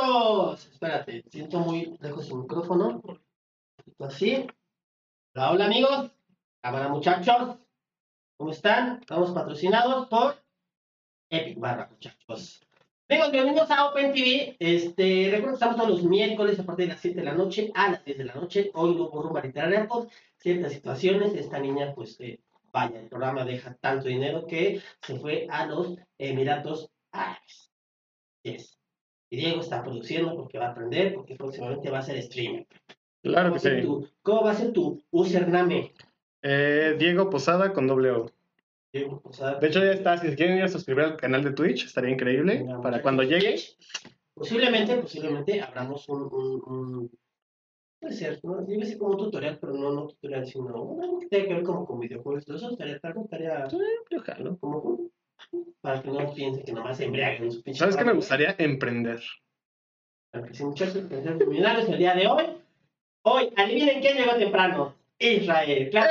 amigos! Espérate, siento muy lejos el micrófono. Así. Hola, hola amigos. Cámara muchachos. ¿Cómo están? Estamos patrocinados por Epic Barra, muchachos. Amigos, bienvenidos a Open TV. Recuerden que estamos todos los miércoles a partir de las 7 de la noche a las 10 de la noche. Hoy no hubo rumba literaria por ciertas situaciones. Esta niña, pues, vaya, el programa deja tanto dinero que se fue a los Emiratos Árabes. Yes. Y Diego está produciendo porque va a aprender, porque próximamente va a ser streamer. Claro que sí. ¿Cómo va a ser tu username? Diego Posada con doble O. Diego Posada. De hecho, ya está. Si se quieren ir a suscribir al canal de Twitch, estaría increíble. Venga, para muchachos. cuando llegue. Posiblemente abramos un puede ser, ¿no? Yo iba a decir como un tutorial, pero no tutorial, sino algo que tenga que ver como con videojuegos. Todo eso estaría Sí, yo jalo. como para que no piensen que nomás se embriaguen en su pinche. ¿Sabes qué me gustaría? Emprender. Para que sí, muchachos, pensemos millonarios el día de hoy. Hoy, adivinen quién llegó temprano. Israel, claro.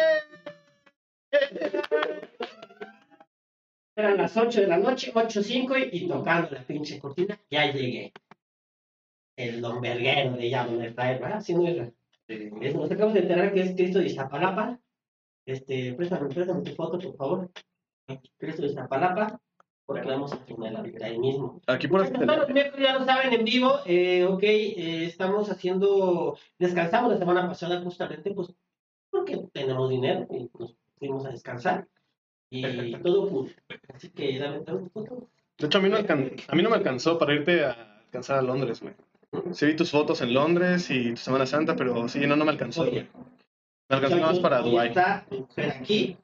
Eran las 8 de la noche, 8:05 y tocando la pinche cortina, ya llegué. El don verguero le llaman a Israel, ¿verdad? Sí, no es. Nos acabamos de enterar que es Cristo de Iztapalapa. Préstame tu foto, por favor. Cristo de Iztapalapa, porque vamos a poner ahí mismo. Aquí por Los miércoles ya lo saben en vivo. Estamos descansamos la semana pasada justamente, pues, porque tenemos dinero y nos fuimos a descansar. Y todo cool. Así que dame tu foto. De hecho, a mí no me alcanzó para irte a alcanzar a Londres, güey. Sí vi tus fotos en Londres y tu Semana Santa, pero sí, no me alcanzó, güey. Me alcanzó nada más para Dubái. Está mi mujer aquí.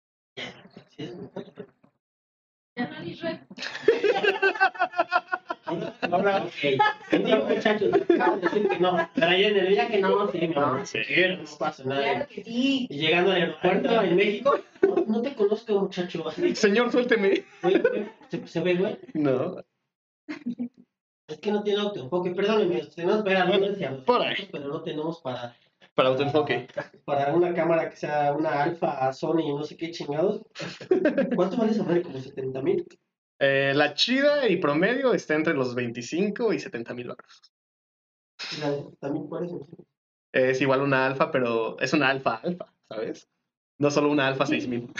Ahora, muchachos, acabo de decir que no. Pero ayer en el viaje no, sí, no. Sí. No pasa nada. Claro que sí. Y llegando al aeropuerto en México, no te conozco, muchacho. Señor, suélteme. ¿Se ve, güey? No. Es que no tiene autoenfoque. Perdónenme, tenemos para Por ahí. pero no tenemos para autoenfoque. Para una cámara que sea una Alpha, Sony, no sé qué chingados. ¿Cuánto vale esa madre? ¿Como 70,000? La chida y promedio está entre los 25 y 70,000 baros. ¿También cuál es? Es igual una alfa, pero es una alfa, ¿sabes? No solo una alfa 6000.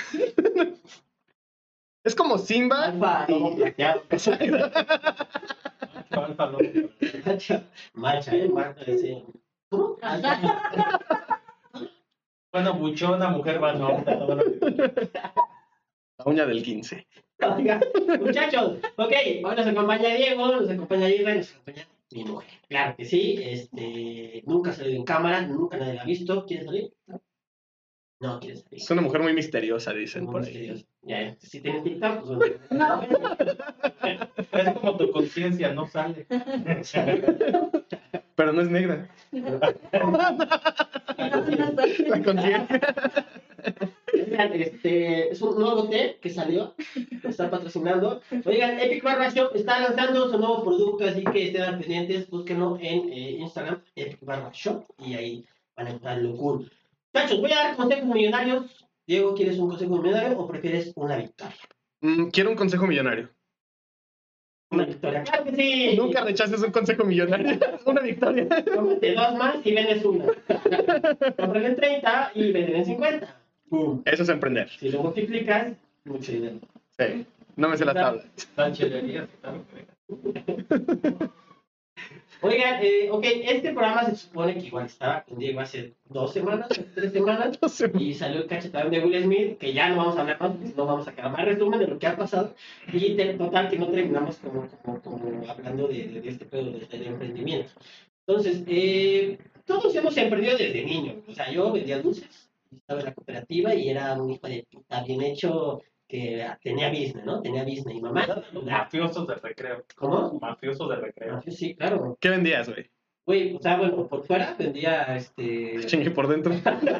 Es como Simba. Alfa, lobo plateado. Alfa, no. Macha, sí. ¿Cómo? Bueno, buchona, mujer banota. La uña del 15. Oiga, muchachos, ok, hoy nos acompaña Diego, nos acompaña Irra, nos acompaña mi mujer. Claro que sí, nunca ha salido en cámara, nunca nadie la ha visto. ¿Quiere salir? No quiere salir. Es una mujer muy misteriosa, dicen Muy por ahí. misteriosa. Ya, si tienen TikTok, pues bueno. No. Es como tu conciencia, no sale. Pero no es negra. La conciencia. Es un nuevo té que salió, lo está patrocinando. Oigan, Epic Barra Shop está lanzando su nuevo producto, así que estén al pendientes, búsquenlo en Instagram, Epic Barra Shop, y ahí van a encontrar lo cool. Muchachos, voy a dar consejos millonarios. Diego, ¿quieres un consejo millonario o prefieres una victoria? Quiero un consejo millonario. Una victoria, claro que sí. Nunca rechaces un consejo millonario. Una victoria. Cómprate 2 más y vendes una. Cómprale en 30 y venden en 50. ¡Pum! Eso es emprender. Si lo multiplicas, mucho dinero. Sí. No me sé la tabla. Sanchelerías, Oigan, ok, este programa se supone que igual estaba con Diego hace 2 semanas, 3 semanas, y salió el cachetadón de Will Smith, que ya no vamos a hablar más, porque no vamos a sacar más resumen de lo que ha pasado, y total que no terminamos como hablando de este pedo del emprendimiento. Entonces, todos hemos emprendido desde niños, o sea, yo vendía dulces, estaba en la cooperativa y era un hijo de puta bien hecho, que tenía business, ¿no? Tenía business. Y mamá... Mafiosos de recreo. ¿Cómo? Mafiosos de recreo. Sí, claro. ¿Qué vendías, güey? Güey, o sea, bueno, por fuera vendía, Chingue por dentro.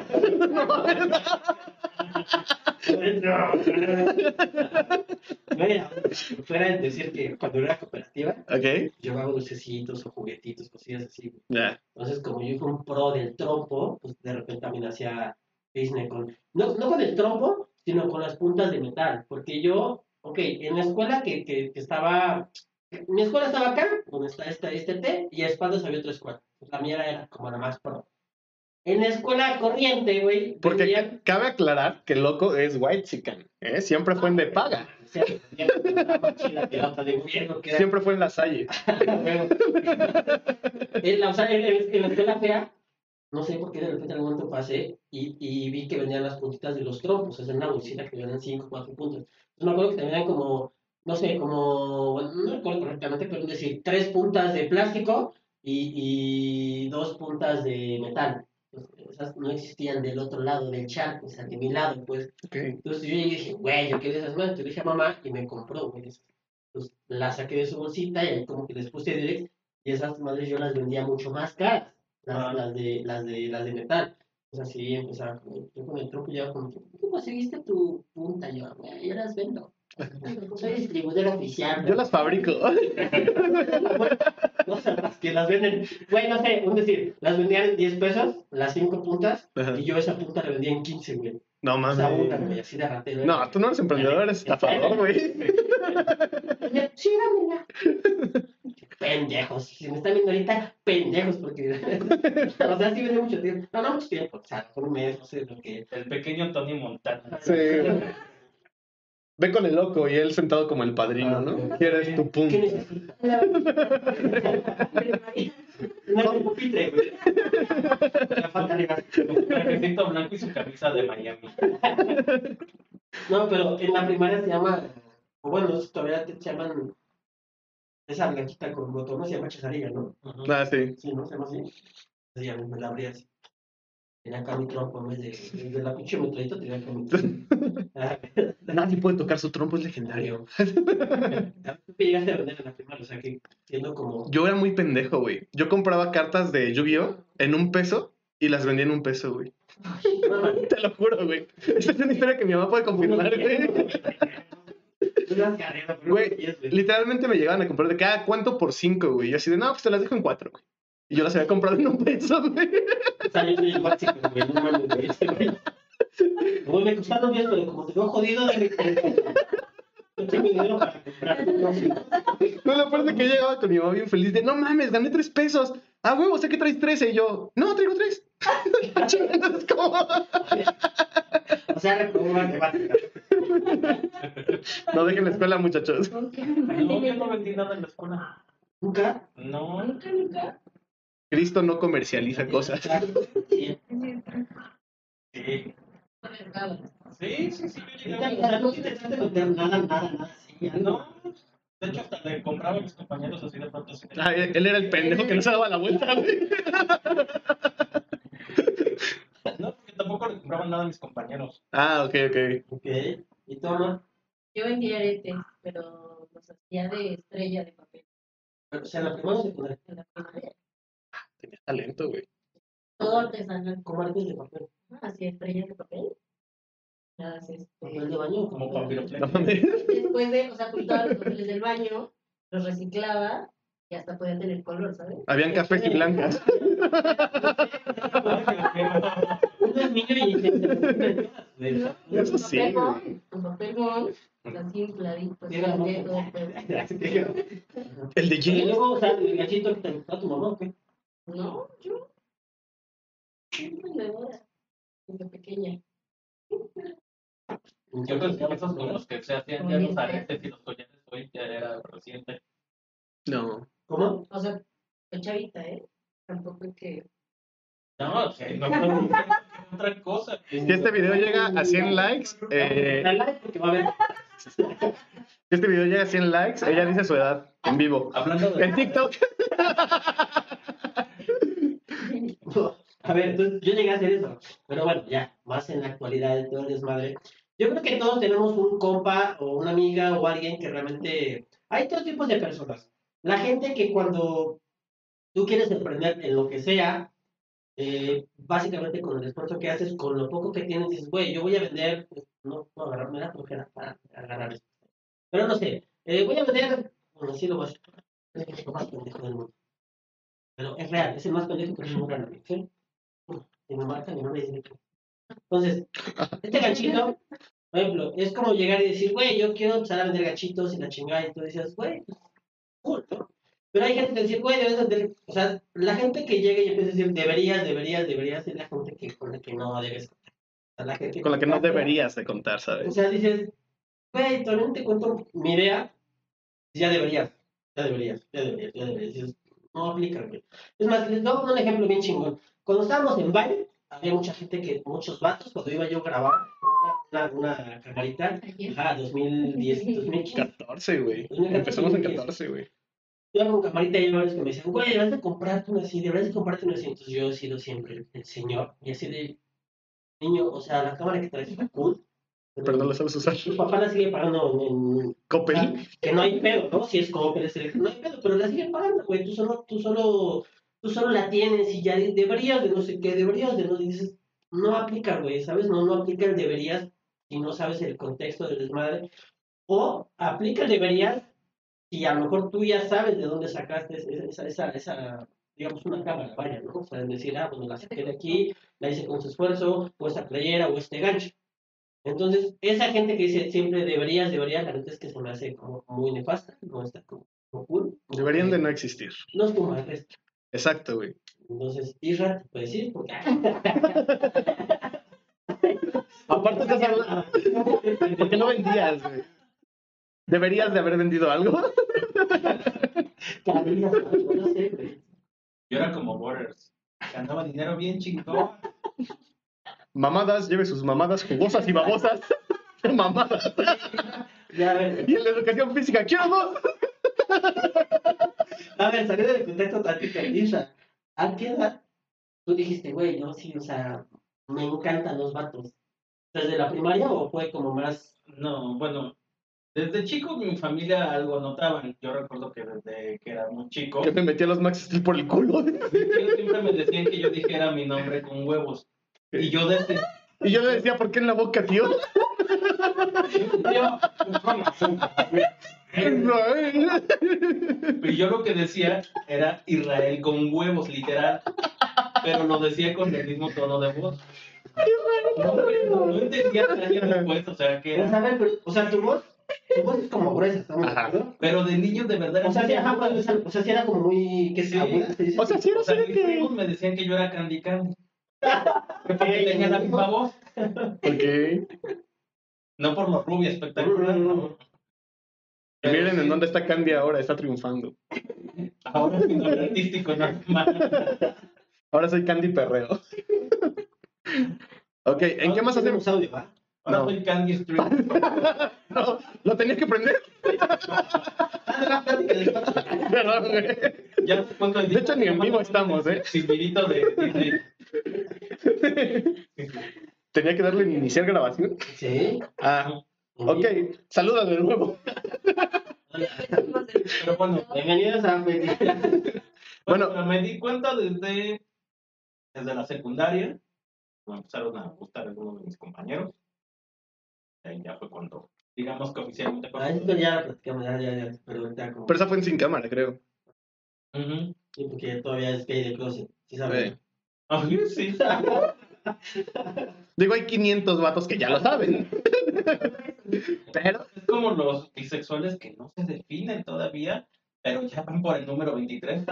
Bueno, fuera de decir que cuando era cooperativa, Ok. llevaba dulcecitos o juguetitos, cosillas así. Ya. Entonces, como yo fui un pro del trompo, pues de repente también hacía business con... No con el trompo, sino con las puntas de metal. Porque yo, ok, en la escuela que estaba Mi escuela estaba acá, donde está este T, y a espaldas había otra escuela. Pues la mía era como la más pro. En la escuela corriente, güey, Porque vendían... cabe aclarar que el loco es white chican, ¿eh? Siempre fue en de paga. O sea, vendían la más chida que la otra de gobierno, que era... Siempre fue en la Salle. O sea, en la escuela fea, no sé por qué de repente en algún momento pasé y vi que vendían las puntitas de los trompos, o sea, en una bolsita que vendían 5 o 4 puntas. Entonces me acuerdo que te vendían como, no sé, como, bueno, no recuerdo correctamente, pero es decir, 3 puntas de plástico y 2 puntas de metal. Entonces, esas no existían del otro lado del charco, o sea, de mi lado, pues. Okay. Entonces yo dije, güey, yo quiero esas manos. Yo le dije a mamá y me compró, güey. Entonces las saqué de su bolsita y ahí como que les puse direct y esas madres yo las vendía mucho más caras, las de metal. O sea, sí, empezaba yo con el truco ya como, ¿tú conseguiste tu punta? Yo, güey, yo las vendo. Soy distribuidor oficial. Yo las fabrico. No sabes que las venden, güey, no sé, un decir, las vendían en 10 pesos, las 5 puntas, Ajá. y yo esa punta la vendía en 15, güey. No O sea, una, mames. güey, así de ratero. No, tú no eres emprendedor, eres estafador, güey. Sí, dámela. Pendejos, si me están viendo ahorita, pendejos, porque, o sea, sí vende mucho tiempo, no mucho tiempo, o sea, por un mes, no sé, lo que... El pequeño Tony Montana. Sí. Ve con el loco y él sentado como el padrino, ¿no? ¿Quieres tu ¿Qué punto? necesitas? No es un pupitre, güey. La falta arriba. Trajecito blanco y su camisa de Miami. No, pero en la primaria se llama, o bueno, todavía se llaman, esa blanquita con botón, se llama chasariga, ¿no? Ah, sí. Sí, ¿no? Se llama así. Sí, a mí me la abría así. Tenía acá mi trompo en vez de la pinche metralleta, tenía acá mi trompo. Nadie puede tocar su trompo, es legendario. ¿Tú qué llegaste a vender en la primaria? O sea, que siendo como... Yo era muy pendejo, güey. Yo compraba cartas de Yu-Gi-Oh! En $1 y las vendía en $1, güey. Te lo juro, güey. Esta es una historia que mi mamá puede confirmar, güey. Güey, literalmente me llegaban a comprar de cada cuánto por 5, güey. Y así de, no, pues te las dejo en 4, güey. Y yo las había comprado en $1, güey. O sea, yo soy el básico, güey, no mames, güey. Güey, me costaron 10, pero como te veo jodido, no tengo dinero para comprar. No, la parte que yo llegaba con mi mamá bien feliz de, no mames, gané $3. Ah, huevo, sé que traes 13. Y yo, no, traigo 3. Entonces, ¿cómo? O sea, reprobó matemáticas. No dejen la escuela, muchachos. No, yo no vendí nada en la escuela. ¿Nunca? No. Nunca. Cristo no comercializa cosas. Sí. Sí. Mercado. Sí, yo O llegaba. sea, no intentaste meter nada así. No. De hecho, hasta le compraba a mis compañeros así de pronto. Así de... Ah, él era el pendejo que no se daba la vuelta, güey. No, porque tampoco le compraban nada a mis compañeros. Ah, ok. Ok. ¿Y tú, amor? Yo vendía aretes, pero los hacía de estrella de papel. O sea, en la primaria o secundaria. En la primaria. Tenía talento, güey. Todo artesanal. ¿Cómo artes de papel? Hacía estrellas de papel. Las, ¿Papel de baño? Como No papiroflexia. mames. Después de, o sea, pues todos los papeles del baño, los reciclaba y hasta podían tener color, ¿sabes? Habían cafés y blancas. Uno es niño y se Eso sí, güey. Con papel bond, así infladito, así Era de todo el pedo. El de Y Jim. luego, o sea, el gachito que te gustó a tu mamá, ¿o qué? No, yo. Soy emprendedora. Desde pequeña. Yo creo que esos con los que se hacían ya los aretes y los collares hoy ya era reciente. No. ¿Cómo? O sea, soy chavita, ¿eh? Tampoco es que. No, que no es otra cosa. Si este video llega a 100 likes, Dale like porque va a haber. si este video llega a 100 likes, ella dice su edad en vivo. Hablando de... En TikTok. A ver, entonces yo llegué a hacer eso. Pero bueno, ya, más en la actualidad de todo el desmadre. Yo creo que todos tenemos un compa o una amiga o alguien que realmente... Hay dos tipos de personas. La gente que cuando tú quieres emprender en lo que sea, básicamente con el esfuerzo que haces, con lo poco que tienes, dices, güey, yo voy a vender, pues, no puedo agarrarme la flojera para agarrar esto. Pero no sé, voy a vender, bueno, sí lo voy a hacer, es el chico más pendejo del mundo. Pero es real, es el más pendejo que tengo gran amigo, ¿sí? Y me marca mi nombre y dice, entonces, este ganchito, por ejemplo, es como llegar y decir, güey, yo quiero empezar a vender gachitos y la chingada, y tú dices, güey, cool, ¿no? Pero hay gente que dice, güey, debes de... O sea, la gente que llega y empieza a decir, deberías, es la gente con la que no debes contar. O sea, la gente Con la que no contar, deberías de contar, o ¿sabes? sea, dices, güey, también te cuento mi idea, ya deberías, ya deberías. Dices, no aplica, güey. Es más, les doy un ejemplo bien chingón. Cuando estábamos en baile, había mucha gente muchos vatos, cuando iba yo a grabar una camarita, Ayer. ajá, 2010, 2015, 14, güey. 2014, Empezamos en 2015. 14, güey. Yo con camarita y hay varios que me decían, güey, deberías de comprarte una así, deberías de comprarte una así. Entonces yo he sido siempre el señor, y así de, niño, o sea, la cámara que traes está cool, Pero no lo sabes usar. tu papá la sigue pagando en Coppel. o sea, que no hay pedo, ¿no? Si es como que no hay pedo, pero la siguen pagando, güey. Tú solo la tienes y ya deberías de no sé qué, deberías de no, dices, no aplica, güey, ¿sabes? No aplica el deberías si no sabes el contexto del desmadre. O aplica el deberías si a lo mejor tú ya sabes de dónde sacaste esa digamos, una cámara, vaya, ¿no? O sea, decir, bueno, la saqué de aquí, la hice con su esfuerzo, o esta playera, o este gancho. Entonces, esa gente que dice siempre deberías, la neta es que se me hace como muy nefasta, no está como cool. Deberían de no existir. No es como el resto. Exacto, güey. Entonces, Isra, te puedes decir, porque... Aparte estás hablando... ¿Por qué no vendías, güey? ¿Deberías de haber vendido algo? No sé, güey. Yo era como Borders. Ganaba dinero bien chingón. Mamadas, lleve sus mamadas jugosas y babosas. Mamadas. Ya, a ver, Y en la educación física, quiero dos. saliendo del contexto tantito, Isra, ¿a qué edad tú dijiste, güey, no, sí, o sea, me encantan los vatos? ¿Desde la primaria o fue como más... No, bueno, desde chico mi familia algo notaban. Yo recuerdo que desde que era muy chico, Que me metí a los Max Steel por el culo. mis tíos siempre me decían que yo dijera mi nombre con huevos. Y yo desde... Y yo le decía, ¿por qué en la boca, tío? Yo, con azúcar. Y yo lo que decía era Israel con huevos, literal. Pero lo decía con el mismo tono de voz. No entendía hasta años después, o sea, que Pues era. a ver, pero, o sea, tu voz es como gruesa, ¿estamos de Ajá. acuerdo? Pero de niño de verdad. O sea, sí, ajá, pues, o sea, sí era como muy... ¿Qué Sí. aguda se dice? O sea, sí era O sea, así de mis que... primos me decían que yo era Candy Candy. Que porque tenía la misma voz. Ok. No por lo rubia espectacular, no. Y miren en dónde está Candy ahora, está triunfando. Ahora es mi nombre artístico normal. Ahora soy Candy Perreo. Ok, ¿en qué más hacemos? audio, ¿va? Ahora No. soy Candy Street. No, lo tenías que prender. La plática del pato. Perdón, güey. Ya cuando De hecho, ni en vivo estamos, ¿eh? Silbidito de Disney. Tenía que darle en iniciar grabación. Sí. Ah, ok. Saluda de nuevo. Pero bueno, Bienvenidos a... Bueno. pero me di cuenta desde la secundaria, me empezaron a gustar algunos de mis compañeros. Ahí ya fue cuando, digamos que oficialmente fue. Esto ya lo platicamos, ya, pero ahorita como... Pero esa fue en sin cámara, creo. Ujú. Sí, porque todavía es gay de closet, ¿sí sabes? Ah, sí. Digo, hay 500 vatos que ya lo saben. Pero... Es como los bisexuales que no se definen todavía, pero ya van por el número 23.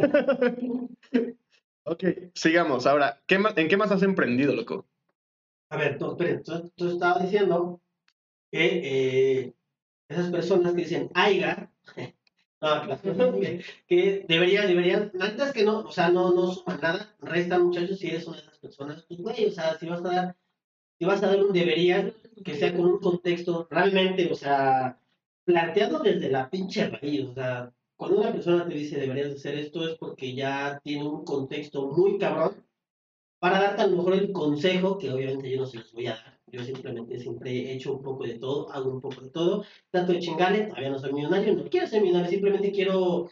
Ok, sigamos. Ahora, ¿en qué más has emprendido, loco? A ver, esperen, tú estabas diciendo que esas personas que dicen aiga, no, las personas que deberían, la neta es que no, o sea, no suman nada, restan muchachos si eres una de esas personas, pues güey, o sea, si vas a dar un deberías, que sea con un contexto realmente, o sea, planteado desde la pinche raíz, o sea, cuando una persona te dice deberías hacer esto es porque ya tiene un contexto muy cabrón para darte a lo mejor el consejo, que obviamente yo no se los voy a dar. Yo simplemente siempre he hecho un poco de todo, hago un poco de todo. Trato de chingarle, todavía no soy millonario, no quiero ser millonario, simplemente quiero,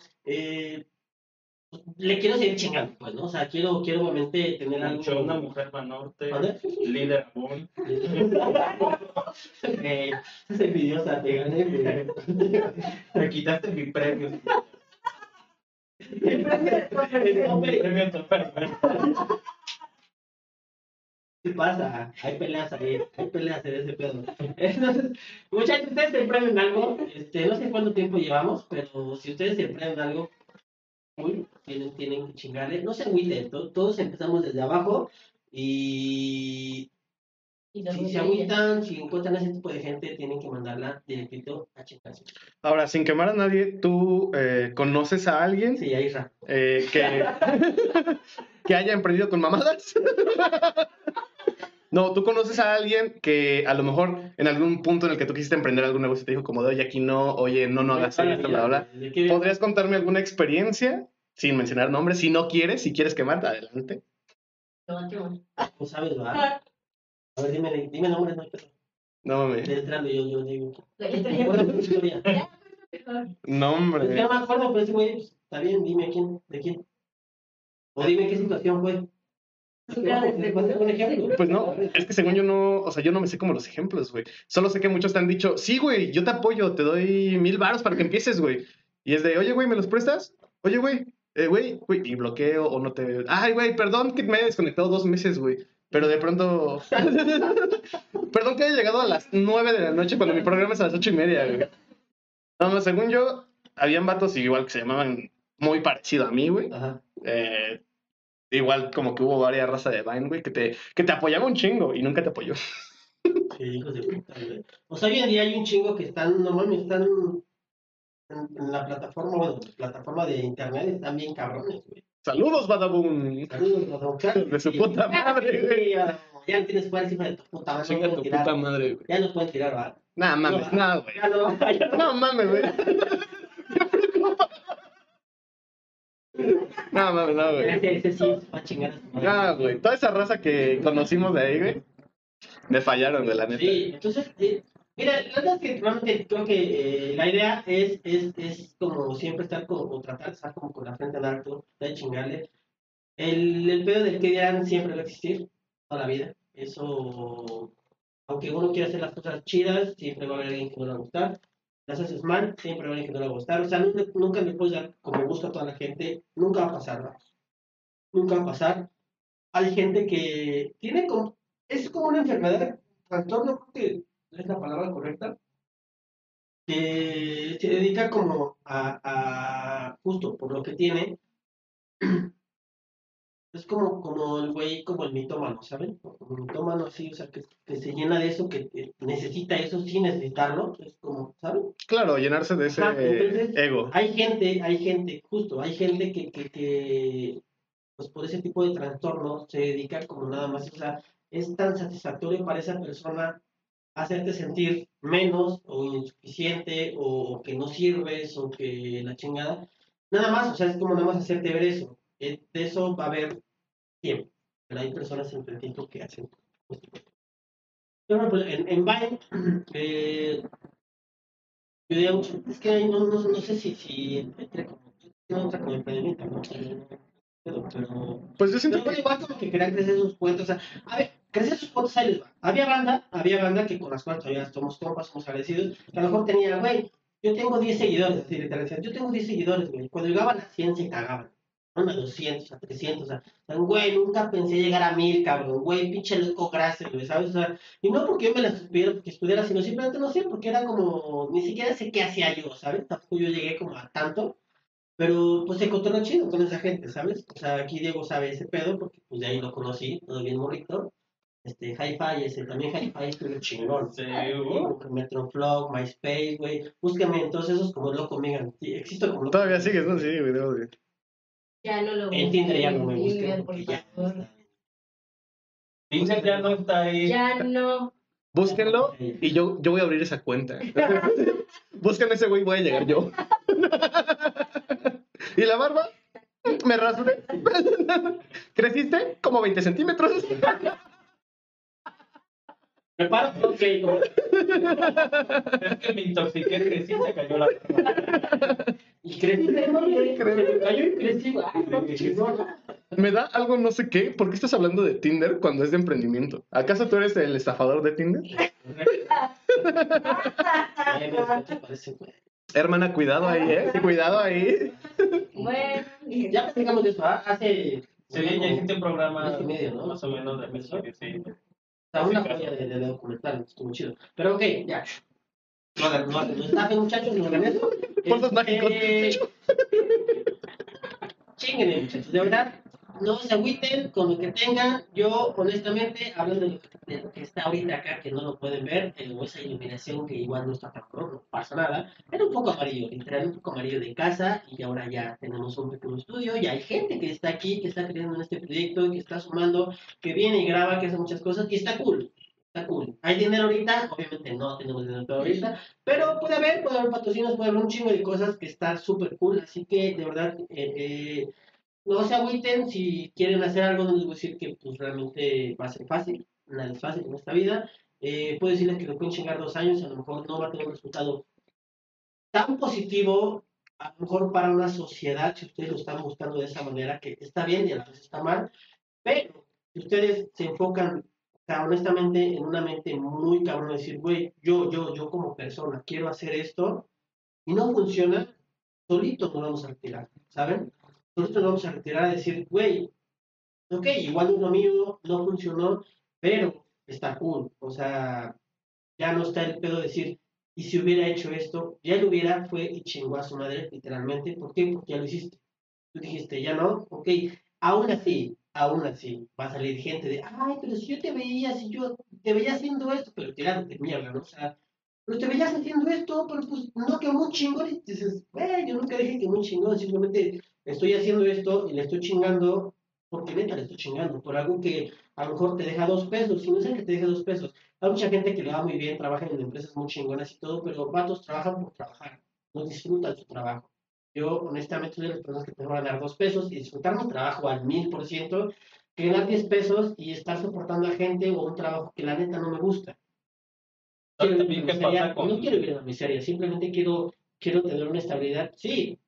le quiero seguir chingando, pues, ¿no? O sea, quiero obviamente tener algo... Mucho, una mujer para norte, ¿Vale? líder amón. Esa es envidiosa, te gané, güey. Me quitaste mi premio. El premio de Mi premio de Topper. ¿Qué pasa? Hay peleas ahí, hay peleas en ese pedo. Entonces, muchachos, ustedes se emprenden algo, no sé cuánto tiempo llevamos, pero si ustedes se emprenden algo, uy, tienen que chingarle. No se agüiten, todos empezamos desde abajo y Y nos si se agüitan, si encuentran ese tipo de gente, tienen que mandarla directito a chingarse. Ahora, sin quemar a nadie, ¿tú conoces a alguien Sí, ahí está. que, que haya emprendido con mamadas? No, ¿tú conoces a alguien que a lo mejor en algún punto en el que tú quisiste emprender algún negocio te dijo como de, oye, aquí no, oye, no hagas esto, bla, bla? ¿De qué? ¿Podrías contarme alguna experiencia sin mencionar nombres? Si no quieres, si quieres quemarte, adelante. No sabes, ¿verdad? A ver, dime nombres, no hay pedo. No mames. Entrando yo digo. Ya, ¿Te acuerdas de tu historia? Nombre. Es que no me acuerdo, pero ese güey, pues, está bien, dime quién, de quién. O dime qué situación fue. Un ejemplo. Pues no, es que según yo no, o sea, yo no me sé como los ejemplos, güey. Solo sé que muchos te han dicho, sí, güey, yo te apoyo, te doy 1000 varos para que empieces, güey. Y es de, oye, güey, ¿me los prestas? Oye, güey, güey, y bloqueo o no te... Ay, güey, perdón que me haya desconectado 2 meses, güey. Pero de pronto... Perdón que haya llegado a las 9 de la noche cuando mi programa es a las 8:30, güey. No, según yo, habían vatos igual que se llamaban muy parecido a mí, güey. Ajá. Igual como que hubo varias razas de Vine, güey, que te apoyaba un chingo y nunca te apoyó. Sí, hijos de puta, güey. O sea, hoy en día hay un chingo que normalmente están en la plataforma, bueno, plataforma de internet, están bien cabrones, güey. Saludos, Badabun. Saludos, Badabun. De su puta madre, güey. Ya no tienes fuerza, hijo de tu puta madre. Chinga tu puta madre, güey. Ya no pueden tirar, ¿verdad? Nah, mames, nada, güey. Ya no, ya no. No mames, güey. No mames, no, güey. Ese sí es para chingar a su madre. No, güey. Toda esa raza que conocimos de ahí, güey, me fallaron, güey, la neta. Sí, entonces, mira, la verdad es que realmente creo que la idea es como siempre estar como, o tratar de estar como con la frente en alto, de chingarle. El pedo del que dirán siempre va a existir, toda la vida. Eso, aunque uno quiera hacer las cosas chidas, siempre va a haber alguien que no le va a gustar. Las haces mal, siempre va a haber alguien que no le va a gustar. O sea, nunca le puedes dar como gusto a toda la gente, nunca va a pasar, ¿no? Nunca va a pasar. Hay gente que tiene como, es como una enfermedad, trastorno, creo que es la palabra correcta, que se dedica como justo por lo que tiene, es como el güey, como el mitómano, ¿saben? Como el mitómano así, o sea, que se llena de eso, que necesita eso sin necesitarlo, es como, ¿saben? Claro, llenarse de ese Entonces, ego. hay gente, justo, hay gente que pues por ese tipo de trastornos se dedica como nada más, o sea, es tan satisfactorio para esa persona hacerte sentir menos o insuficiente o que no sirves o que la chingada. Nada más, o sea, es como nada más hacerte ver eso. De eso va a haber tiempo. Pero hay personas en el tiempo que hacen este tipo de cosas. Por ejemplo, en Vine, yo diría mucho, es que no sé si entre como, no entra como emprendimiento, ¿no? Pero Pues yo siento luego que... igual como que querían crecer sus cuentas, o sea, a ver, crecer sus cuentas ahí les va. Había banda que con las cuales todavía somos compas, somos agradecidos, que a lo mejor tenía, güey, yo tengo 10 seguidores, así literalmente, yo tengo 10 seguidores, güey, cuando llegaban a 100 se cagaban, a 200, a 300, o sea, güey, nunca pensé llegar a 1000, cabrón, güey, pinche loco, gracias, güey, ¿sabes? O sea, y no porque yo me las estuviera, porque estudiara, sino simplemente no sé, porque era como, ni siquiera sé qué hacía yo, ¿sabes? Tampoco yo llegué como a tanto. Pero pues se cotorreó chido con esa gente, ¿sabes? O sea, aquí Diego sabe ese pedo, porque pues de ahí lo conocí, todo bien morrito. Hi-Fi, también Hi-Fi estuvo chingón. Sí, Metroflog, MySpace, güey. Búsqueme en todos esos como loco, Megan. Sí, existo como loco. Todavía sigues, ¿no? Sí, güey, debo de... Ya no lo En Tinder ya no me busques, busquen, Tinder, porque por ya favor. está. Tinder ya no está ahí. Ya no. Búsquenlo y yo voy a abrir esa cuenta. Busquen ese güey, voy a llegar yo. ¿Y la barba? Me rasuré. ¿Creciste? Como 20 centímetros. Me paro, ok, como... Es que me intoxiqué, crecí y se cayó la barba. Y crecí, güey. Se me cayó y crecí, güey. Ay, no, qué chingón. Me da algo no sé qué. ¿Por qué estás hablando de Tinder cuando es de emprendimiento? ¿Acaso tú eres el estafador de Tinder? Parece, güey. Hermana, cuidado ahí, ¿eh? Cuidado ahí. Bueno, Ya platicamos de eso, ¿ah? Hace Sí, ya hiciste un programa mes y medio, ¿no? más o menos de mes y medio, sí. O sea, una joya de documental, estuvo chido. Pero ok, ya. No estafen, muchachos, no hagan eso. Polvos mágicos. Chinguenle, muchachos, de verdad, no se agüiten con lo que tengan. Yo, honestamente, hablando de lo que está ahorita acá, que no lo pueden ver, esa iluminación que igual no está tan pro, no pasa nada, era un poco amarillo, literal, un poco amarillo de casa, y ahora ya tenemos un pequeño estudio, y hay gente que está aquí, que está creyendo en este proyecto, que está sumando, que viene y graba, que hace muchas cosas, y está cool. Está cool. ¿Hay dinero ahorita? Obviamente no tenemos dinero ahorita, pero puede haber patrocinios, puede haber un chingo de cosas que está súper cool. Así que de verdad, no se agüiten si quieren hacer algo. No les voy a decir que pues realmente va a ser fácil. Nada es fácil en esta vida. Puedo decirles que lo pueden chingar 2 años, a lo mejor no va a tener un resultado tan positivo, a lo mejor para una sociedad, si ustedes lo están buscando de esa manera, que está bien y a la vez está mal, pero si ustedes se enfocan, o sea, honestamente, en una mente muy cabrón, decir, güey, yo como persona quiero hacer esto y no funciona, solitos nos vamos a retirar, ¿saben? Solitos nos vamos a retirar a decir, güey, ok, igual es lo mío, no funcionó, pero está cool, o sea, ya no está el pedo de decir, y si hubiera hecho esto, ya lo hubiera, fue y chingó a su madre, literalmente, ¿por qué? Porque ya lo hiciste. Tú dijiste, ya no, ok, aún así, va a salir gente de, ay, pero si yo te veía, si yo te veía haciendo esto, pero tirándote mierda, ¿no? O sea, pero te veías haciendo esto, pero pues no quedó muy chingón, y dices, yo nunca dije que muy chingón, simplemente estoy haciendo esto y le estoy chingando, porque neta le estoy chingando, por algo que a lo mejor te deja 2 pesos, y no es el que te deje 2 pesos. Hay mucha gente que le va muy bien, trabaja en empresas muy chingonas y todo, pero vatos trabajan por trabajar, no disfrutan su trabajo. Yo, honestamente, soy de las personas que tengo que ganar 2 pesos y disfrutar mi trabajo al 1000%, que ganar 10 pesos y estar soportando a gente o un trabajo que la neta no me gusta. ¿Sabes también qué pasa con...? No quiero vivir en la miseria, simplemente quiero tener una estabilidad. Sí,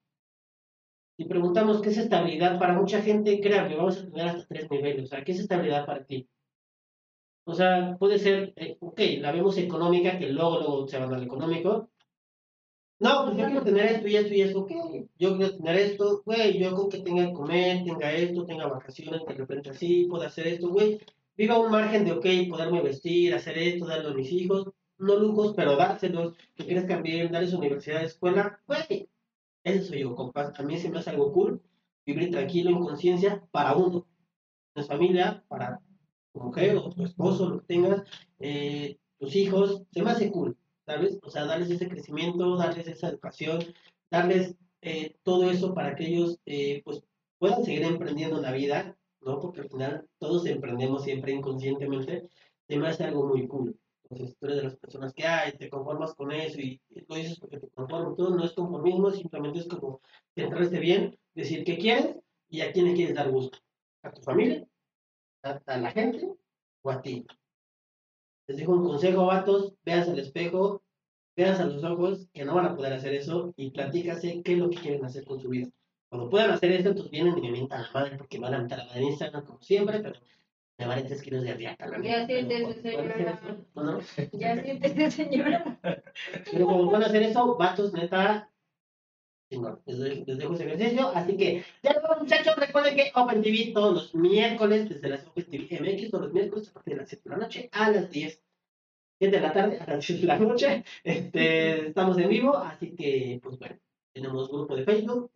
si preguntamos qué es estabilidad para mucha gente, créanme, vamos a tener hasta 3 niveles. O sea, ¿qué es estabilidad para ti? O sea, puede ser, ok, la vemos económica, que luego se va a dar económico. No, pues yo quiero tener esto y esto y esto, ok. Yo quiero tener esto, güey, yo con que tenga que comer, tenga esto, tenga vacaciones, de repente así, pueda hacer esto, güey. Viva un margen de, ok, poderme vestir, hacer esto, darle a mis hijos, no lujos, pero dárselos, que crezcan bien, darles universidad, escuela, güey. Eso soy yo, compas. A mí se me hace algo cool, vivir tranquilo, en conciencia, para uno, tu familia, para tu mujer o tu esposo, lo que tengas, tus hijos, se me hace cool, ¿sabes? O sea, darles ese crecimiento, darles esa educación, darles todo eso para que ellos pues puedan seguir emprendiendo en la vida, ¿no? Porque al final todos emprendemos siempre inconscientemente, se me hace algo muy cool. Entonces, tú eres de las personas que, ay, te conformas con eso y lo dices porque te conformas. Todo no es conformismo, simplemente es como centrarse bien, decir qué quieres y a quién le quieres dar gusto. A tu familia, a la gente o a ti. Les dejo un consejo, vatos, véanse al espejo, véanse a los ojos, que no van a poder hacer eso, y platícase qué es lo que quieren hacer con su vida. Cuando puedan hacer esto, entonces vienen y me mientan a la madre, porque me van a mentar a la madre en Instagram, como siempre, pero me vale 3 kilos de riata. Ya siéntese, señora. ¿No? Ya siéntese, señora. Pero como pueden hacer eso, vatos, neta, chingón. Les dejo ese ejercicio. Así que, ya nos vemos, muchachos. Recuerden que Open TV todos los miércoles, desde las Open TV MX, todos los miércoles a partir de las 7 de la noche a las 7 de la tarde, a las 10 de la noche. Estamos en vivo, así que, pues bueno, tenemos grupo de Facebook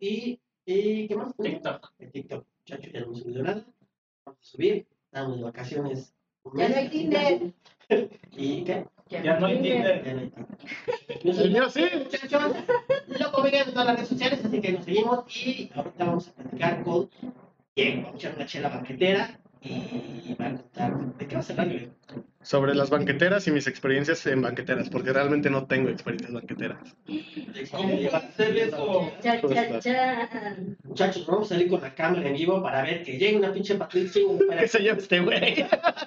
y ¿qué más? TikTok. El TikTok, muchachos, ya no hemos subido nada. Vamos a subir. Estamos de vacaciones. Ya no hay Tinder. ¿Y qué? Ya no hay Tinder. Ya no hay Tinder. Yo soy El mío sí. muchachos. Loco Miguel en todas las redes sociales, así que nos seguimos y ahorita vamos a platicar con Diego. Vamos a echar una chela banquetera y va a contar de qué va a ser la vida. Sobre las banqueteras y mis experiencias en banqueteras, porque realmente no tengo experiencias banqueteras. ¿Cómo va a ser eso? Cha, cha, cha. Muchachos, vamos a salir con la cámara en vivo para ver que llegue una pinche patrulla. ¿Qué se lleva este güey?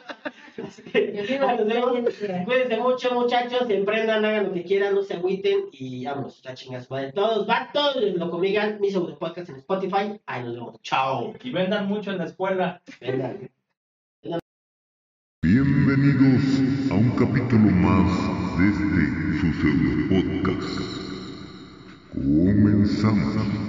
Yo vivo la Nos vemos. experiencia. Cuídense mucho, muchachos. Emprendan, hagan lo que quieran, no se agüiten y vámonos. La chingas de todos, vatos. Lo conmigan, mis podcast en Spotify. Ahí nos vemos. Chao. Y vendan mucho en la escuela. Venga. Bienvenidos a un capítulo más de este su pseudo podcast. Comenzamos.